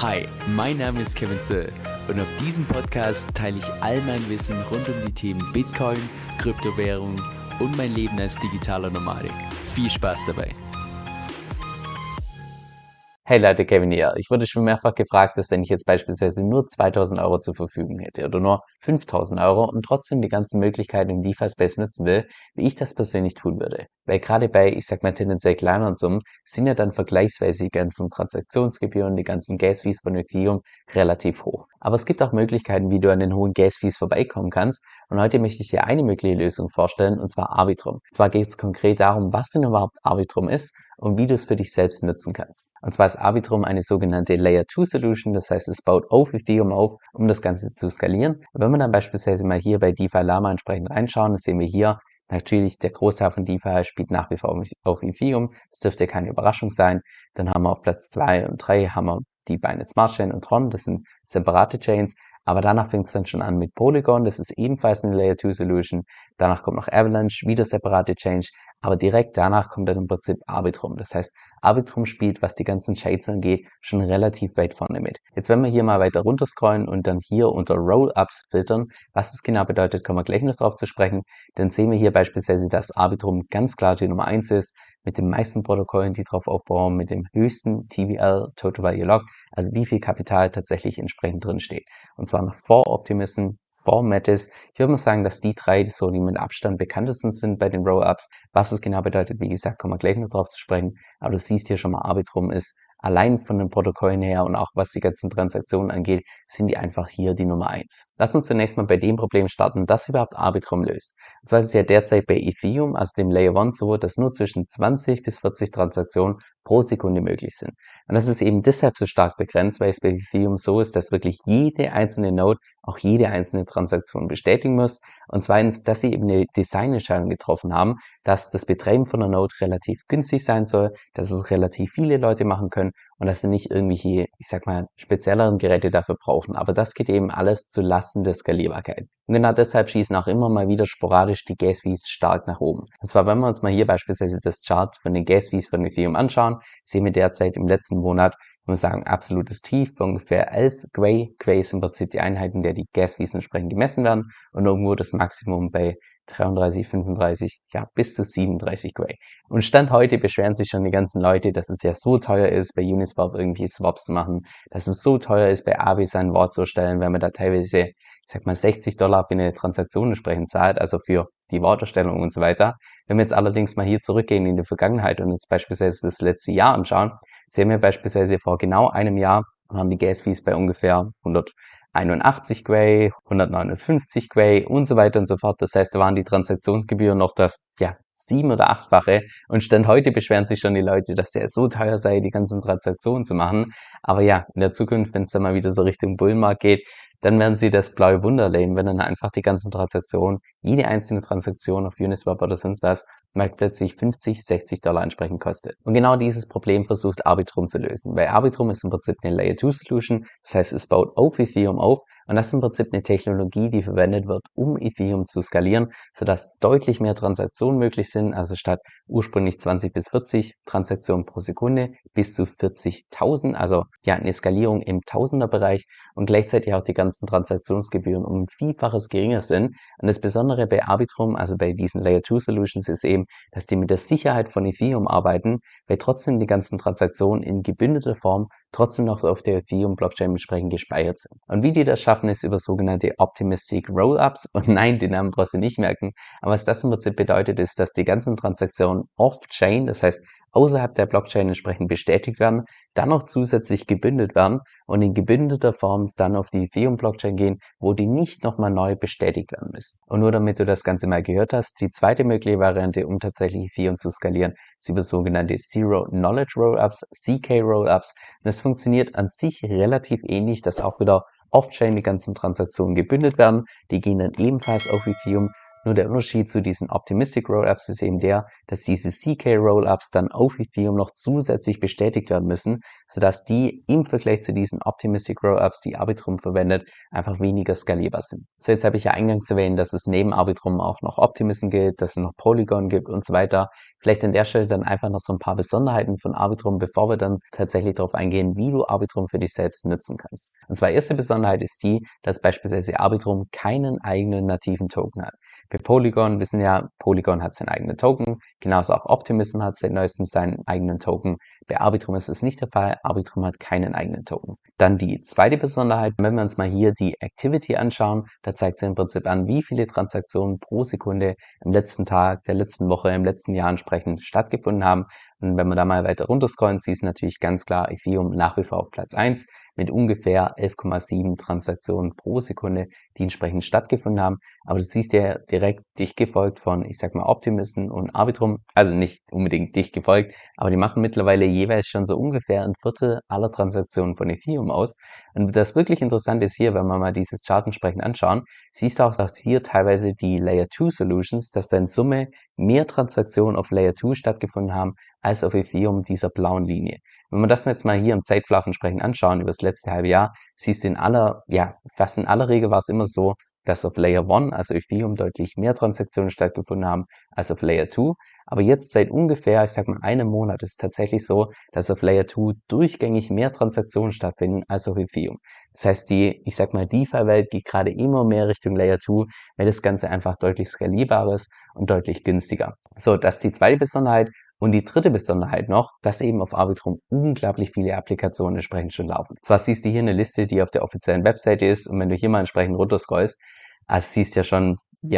Hi, mein Name ist Kevin Zöll und auf diesem Podcast teile ich all mein Wissen rund um die Themen Bitcoin, Kryptowährung und mein Leben als digitaler Nomadik. Viel Spaß dabei! Hey Leute, Kevin hier. Ich wurde schon mehrfach gefragt, dass wenn ich jetzt beispielsweise nur 2000 Euro zur Verfügung hätte oder nur 5000 Euro und trotzdem die ganzen Möglichkeiten im DeFi-Space nutzen will, wie ich das persönlich tun würde. Weil gerade bei, ich sag mal, tendenziell kleineren Summen sind ja dann vergleichsweise die ganzen Transaktionsgebühren, die ganzen Gas-Fees von Ethereum relativ hoch. Aber es gibt auch Möglichkeiten, wie du an den hohen Gas-Fees vorbeikommen kannst. Und heute möchte ich dir eine mögliche Lösung vorstellen, und zwar Arbitrum. Und zwar geht es konkret darum, was denn überhaupt Arbitrum ist und wie du es für dich selbst nutzen kannst. Und zwar ist Arbitrum eine sogenannte Layer 2 Solution, das heißt, es baut auf Ethereum auf, um das Ganze zu skalieren. Und wenn wir dann beispielsweise mal hier bei DeFi Lama entsprechend reinschauen, dann sehen wir hier, natürlich der Großteil von DeFi spielt nach wie vor auf Ethereum. Das dürfte keine Überraschung sein. Dann haben wir auf Platz 2 und 3 haben wir die Binance Smart Chain und Tron, das sind separate Chains. Aber danach fängt es dann schon an mit Polygon, das ist ebenfalls eine Layer 2 Solution. Danach kommt noch Avalanche, wieder separate Change. Aber direkt danach kommt dann im Prinzip Arbitrum. Das heißt, Arbitrum spielt, was die ganzen Shades angeht, schon relativ weit vorne mit. Jetzt, wenn wir hier mal weiter runter scrollen und dann hier unter Roll-Ups filtern, was das genau bedeutet, kommen wir gleich noch drauf zu sprechen. Dann sehen wir hier beispielsweise, dass Arbitrum ganz klar die Nummer 1 ist, mit den meisten Protokollen, die drauf aufbauen, mit dem höchsten TVL, Total Value Locked, also wie viel Kapital tatsächlich entsprechend drin steht. Und zwar noch vor Optimism, vor Metis. Ich würde mal sagen, dass die drei so die mit Abstand bekanntesten sind bei den Roll-Ups. Was es genau bedeutet, wie gesagt, kommen wir gleich noch drauf zu sprechen. Aber du siehst hier schon mal, Arbitrum ist allein von den Protokollen her und auch was die ganzen Transaktionen angeht, sind die einfach hier die Nummer 1. Lass uns zunächst mal bei dem Problem starten, das überhaupt Arbitrum löst. Und zwar ist es ja derzeit bei Ethereum, also dem Layer 1 so, dass nur zwischen 20 bis 40 Transaktionen pro Sekunde möglich sind. Und das ist eben deshalb so stark begrenzt, weil es bei Ethereum so ist, dass wirklich jede einzelne Node auch jede einzelne Transaktion bestätigen muss. Und zweitens, dass sie eben eine Designentscheidung getroffen haben, dass das Betreiben von der Node relativ günstig sein soll, dass es relativ viele Leute machen können und dass sie nicht irgendwelche, ich sag mal, spezielleren Geräte dafür brauchen. Aber das geht eben alles zu Lasten der Skalierbarkeit. Und genau deshalb schießen auch immer mal wieder sporadisch die Gas-Fees stark nach oben. Und zwar, wenn wir uns mal hier beispielsweise das Chart von den Gas-Fees von Ethereum anschauen, sehen wir derzeit im letzten Monat, ich muss sagen, absolutes Tief bei ungefähr 11 Gwei. Gwei ist im Prinzip die Einheit, in der die Gas-Fees entsprechend gemessen werden und irgendwo das Maximum bei 33, 35, ja, bis zu 37 Gwei. Und Stand heute beschweren sich schon die ganzen Leute, dass es ja so teuer ist, bei Uniswap irgendwie Swaps zu machen, dass es so teuer ist, bei Aave sein Wort zu stellen, wenn man da teilweise, ich sag mal, $60 für eine Transaktion entsprechend zahlt, also für die Worterstellung und so weiter. Wenn wir jetzt allerdings mal hier zurückgehen in die Vergangenheit und uns beispielsweise das letzte Jahr anschauen, sehen wir beispielsweise vor genau einem Jahr waren die Gas-Fees bei ungefähr 181 Gwei, 159 Gwei und so weiter und so fort. Das heißt, da waren die Transaktionsgebühren noch das, ja, 7- oder 8-fache. Und Stand heute beschweren sich schon die Leute, dass der so teuer sei, die ganzen Transaktionen zu machen. Aber ja, in der Zukunft, wenn es dann mal wieder so Richtung Bullenmarkt geht, dann werden sie das blaue Wunder erleben, wenn dann einfach die ganzen Transaktionen, jede einzelne Transaktion auf Uniswap oder sonst was, mal plötzlich 50, $60 entsprechend kostet. Und genau dieses Problem versucht Arbitrum zu lösen, weil Arbitrum ist im Prinzip eine Layer 2 Solution, das heißt, es baut auf Ethereum auf und das ist im Prinzip eine Technologie, die verwendet wird, um Ethereum zu skalieren, sodass deutlich mehr Transaktionen möglich sind, also statt ursprünglich 20 bis 40 Transaktionen pro Sekunde bis zu 40.000, also ja, eine Skalierung im Tausenderbereich und gleichzeitig auch die ganzen Transaktionsgebühren um ein Vielfaches geringer sind. Und das Besondere bei Arbitrum, also bei diesen Layer 2 Solutions, ist eben, dass die mit der Sicherheit von Ethereum arbeiten, weil trotzdem die ganzen Transaktionen in gebündelter Form trotzdem noch auf der Ethereum-Blockchain entsprechend gespeichert sind. Und wie die das schaffen, ist über sogenannte Optimistic Rollups. Und nein, den Namen brauchst du nicht merken. Aber was das im Prinzip bedeutet, ist, dass die ganzen Transaktionen off-chain, das heißt außerhalb der Blockchain entsprechend bestätigt werden, dann noch zusätzlich gebündelt werden und in gebündelter Form dann auf die Ethereum-Blockchain gehen, wo die nicht nochmal neu bestätigt werden müssen. Und nur damit du das Ganze mal gehört hast, die zweite mögliche Variante, um tatsächlich Ethereum zu skalieren, ist über sogenannte Zero Knowledge Rollups, CK Rollups. Das funktioniert an sich relativ ähnlich, dass auch wieder off-chain die ganzen Transaktionen gebündelt werden. Die gehen dann ebenfalls auf Ethereum, Nur der Unterschied zu diesen Optimistic Rollups ist eben der, dass diese CK Rollups dann auf Ethereum noch zusätzlich bestätigt werden müssen, sodass die im Vergleich zu diesen Optimistic Rollups, die Arbitrum verwendet, einfach weniger skalierbar sind. So, jetzt habe ich ja eingangs erwähnt, dass es neben Arbitrum auch noch Optimism gibt, dass es noch Polygon gibt und so weiter. Vielleicht an der Stelle dann einfach noch so ein paar Besonderheiten von Arbitrum, bevor wir dann tatsächlich darauf eingehen, wie du Arbitrum für dich selbst nutzen kannst. Und zwar erste Besonderheit ist die, dass beispielsweise Arbitrum keinen eigenen nativen Token hat. Für Polygon wissen ja, Polygon hat seinen eigenen Token, genauso auch Optimism hat seit neuestem seinen eigenen Token. Bei Arbitrum ist es nicht der Fall, Arbitrum hat keinen eigenen Token. Dann die zweite Besonderheit, wenn wir uns mal hier die Activity anschauen, da zeigt sie im Prinzip an, wie viele Transaktionen pro Sekunde im letzten Tag, der letzten Woche, im letzten Jahr entsprechend stattgefunden haben. Und wenn wir da mal weiter runterscrollen, siehst du natürlich ganz klar Ethereum nach wie vor auf Platz 1 mit ungefähr 11,7 Transaktionen pro Sekunde, die entsprechend stattgefunden haben. Aber du siehst ja direkt dicht gefolgt von, ich sag mal, Optimism und Arbitrum. Also nicht unbedingt dicht gefolgt, aber die machen mittlerweile jeweils schon so ungefähr ein Viertel aller Transaktionen von Ethereum aus. Und das wirklich interessant ist hier, wenn wir mal dieses Chart entsprechend anschauen, siehst du auch, dass hier teilweise die Layer 2 Solutions, dass da in Summe mehr Transaktionen auf Layer 2 stattgefunden haben, als auf Ethereum dieser blauen Linie. Wenn wir das jetzt mal hier im Zeitverlauf entsprechend anschauen, über das letzte halbe Jahr, siehst du fast in aller Regel war es immer so, dass auf Layer 1, also Ethereum, deutlich mehr Transaktionen stattgefunden haben als auf Layer 2. Aber jetzt seit ungefähr, ich sag mal, einem Monat ist es tatsächlich so, dass auf Layer 2 durchgängig mehr Transaktionen stattfinden als auf Ethereum. Das heißt, die, ich sag mal, DeFi-Welt geht gerade immer mehr Richtung Layer 2, weil das Ganze einfach deutlich skalierbarer ist und deutlich günstiger. So, das ist die zweite Besonderheit. Und die dritte Besonderheit noch, dass eben auf Arbitrum unglaublich viele Applikationen entsprechend schon laufen. Zwar siehst du hier eine Liste, die auf der offiziellen Webseite ist, und wenn du hier mal entsprechend runterscrollst, siehst ja schon,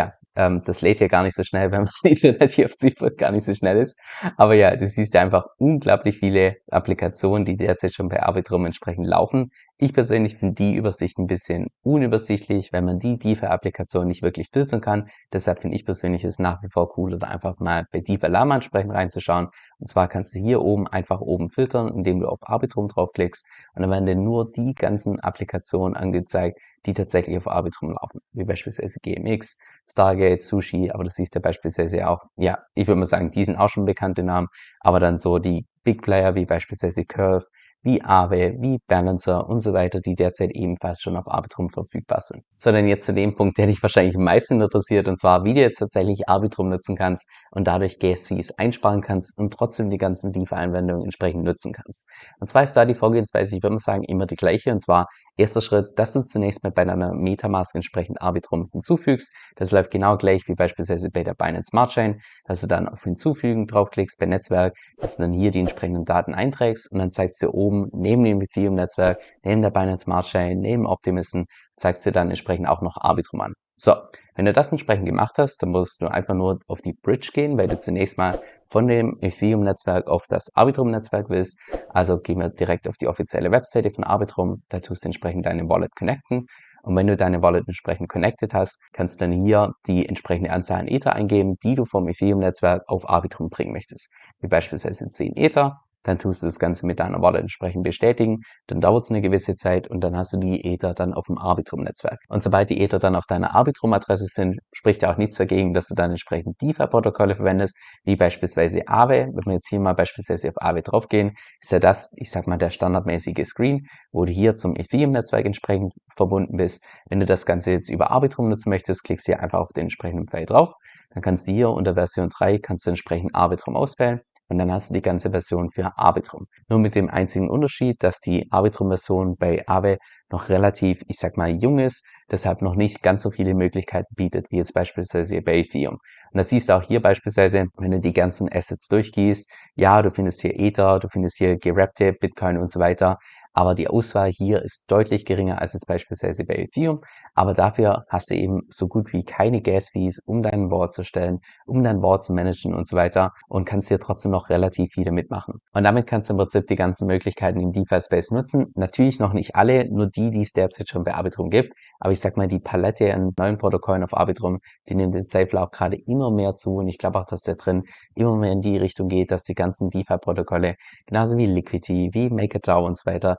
das lädt hier gar nicht so schnell, wenn man Internet hier auf Ziffer gar nicht so schnell ist. Aber ja, du siehst ja einfach unglaublich viele Applikationen, die derzeit schon bei Arbitrum entsprechend laufen. Ich persönlich finde die Übersicht ein bisschen unübersichtlich, wenn man die DeFi-Applikationen nicht wirklich filtern kann. Deshalb finde ich persönlich es nach wie vor cool, da einfach mal bei DeFi Lama entsprechend reinzuschauen. Und zwar kannst du hier oben einfach oben filtern, indem du auf Arbitrum draufklickst. Und dann werden dir nur die ganzen Applikationen angezeigt, die tatsächlich auf Arbitrum laufen, wie beispielsweise GMX, Stargate, Sushi, aber das siehst du beispielsweise auch, ich würde mal sagen, die sind auch schon bekannte Namen, aber dann so die Big Player wie beispielsweise Curve, wie Aave, wie Balancer und so weiter, die derzeit ebenfalls schon auf Arbitrum verfügbar sind. So, dann jetzt zu dem Punkt, der dich wahrscheinlich am meisten interessiert, und zwar, wie du jetzt tatsächlich Arbitrum nutzen kannst und dadurch Gas-Fees einsparen kannst und trotzdem die ganzen DeFi-Anwendungen entsprechend nutzen kannst. Und zwar ist da die Vorgehensweise, ich würde mal sagen, immer die gleiche, und zwar erster Schritt, dass du zunächst mal bei deiner Metamask entsprechend Arbitrum hinzufügst. Das läuft genau gleich wie beispielsweise bei der Binance Smart Chain, dass du dann auf Hinzufügen draufklickst bei Netzwerk, dass du dann hier die entsprechenden Daten einträgst und dann zeigst du oben neben dem Ethereum-Netzwerk, neben der Binance Smart Chain, neben Optimism, zeigst du dann entsprechend auch noch Arbitrum an. So, wenn du das entsprechend gemacht hast, dann musst du einfach nur auf die Bridge gehen, weil du zunächst mal von dem Ethereum-Netzwerk auf das Arbitrum-Netzwerk willst. Also gehen wir direkt auf die offizielle Webseite von Arbitrum, da tust du entsprechend deine Wallet connecten. Und wenn du deine Wallet entsprechend connected hast, kannst du dann hier die entsprechende Anzahl an Ether eingeben, die du vom Ethereum-Netzwerk auf Arbitrum bringen möchtest. Wie beispielsweise 10 Ether. Dann tust du das Ganze mit deiner Wallet entsprechend bestätigen, dann dauert es eine gewisse Zeit und dann hast du die Ether dann auf dem Arbitrum-Netzwerk. Und sobald die Ether dann auf deiner Arbitrum-Adresse sind, spricht ja auch nichts dagegen, dass du dann entsprechend DeFi-Protokolle verwendest, wie beispielsweise Aave. Wenn wir jetzt hier mal beispielsweise auf Aave draufgehen, ist ja das, ich sag mal, der standardmäßige Screen, wo du hier zum Ethereum-Netzwerk entsprechend verbunden bist. Wenn du das Ganze jetzt über Arbitrum nutzen möchtest, klickst du hier einfach auf den entsprechenden Pfeil drauf. Dann kannst du hier unter Version 3 kannst du entsprechend Arbitrum auswählen. Und dann hast du die ganze Version für Arbitrum. Nur mit dem einzigen Unterschied, dass die Arbitrum-Version bei Aave noch relativ, ich sag mal, jung ist, deshalb noch nicht ganz so viele Möglichkeiten bietet, wie jetzt beispielsweise bei Ethereum. Und das siehst du auch hier beispielsweise, wenn du die ganzen Assets durchgehst. Ja, du findest hier Ether, du findest hier gerappte Bitcoin und so weiter. Aber die Auswahl hier ist deutlich geringer als es beispielsweise bei Ethereum. Aber dafür hast du eben so gut wie keine Gas-Fees, um deinen Wallet zu stellen, um dein Wallet zu managen und so weiter und kannst hier trotzdem noch relativ viele mitmachen. Und damit kannst du im Prinzip die ganzen Möglichkeiten im DeFi-Space nutzen. Natürlich noch nicht alle, nur die es derzeit schon bei Arbitrum gibt. Aber ich sag mal, die Palette an neuen Protokollen auf Arbitrum, die nimmt im Zeitverlauf gerade immer mehr zu. Und ich glaube auch, dass der Trend immer mehr in die Richtung geht, dass die ganzen DeFi-Protokolle, genauso wie Liquidity, wie MakerDAO und so weiter,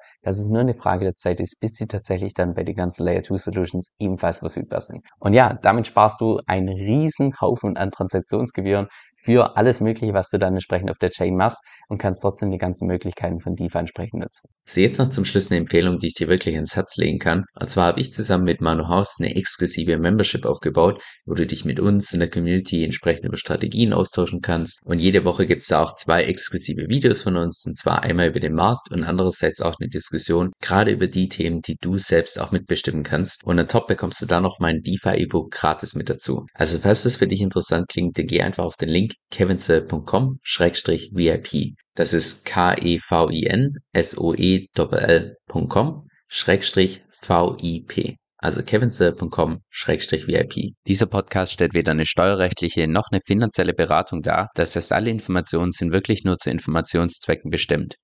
dass es nur eine Frage der Zeit ist, bis sie tatsächlich dann bei den ganzen Layer 2 Solutions ebenfalls verfügbar sind. Und ja, damit sparst du einen riesen Haufen an Transaktionsgebühren für alles Mögliche, was du dann entsprechend auf der Chain machst und kannst trotzdem die ganzen Möglichkeiten von DeFi entsprechend nutzen. So, jetzt noch zum Schluss eine Empfehlung, die ich dir wirklich ans Herz legen kann. Und zwar habe ich zusammen mit Manu Haus eine exklusive Membership aufgebaut, wo du dich mit uns in der Community entsprechend über Strategien austauschen kannst. Und jede Woche gibt es da auch 2 exklusive Videos von uns, und zwar einmal über den Markt und andererseits auch eine Diskussion, gerade über die Themen, die du selbst auch mitbestimmen kannst. Und on top bekommst du da noch mein DeFi-E-Book gratis mit dazu. Also falls das für dich interessant klingt, dann geh einfach auf den Link kevinsoe.com/VIP. Das ist kevinsoell.com/VIP. Also kevinsoe.com/VIP. Dieser Podcast stellt weder eine steuerrechtliche noch eine finanzielle Beratung dar. Das heißt, alle Informationen sind wirklich nur zu Informationszwecken bestimmt.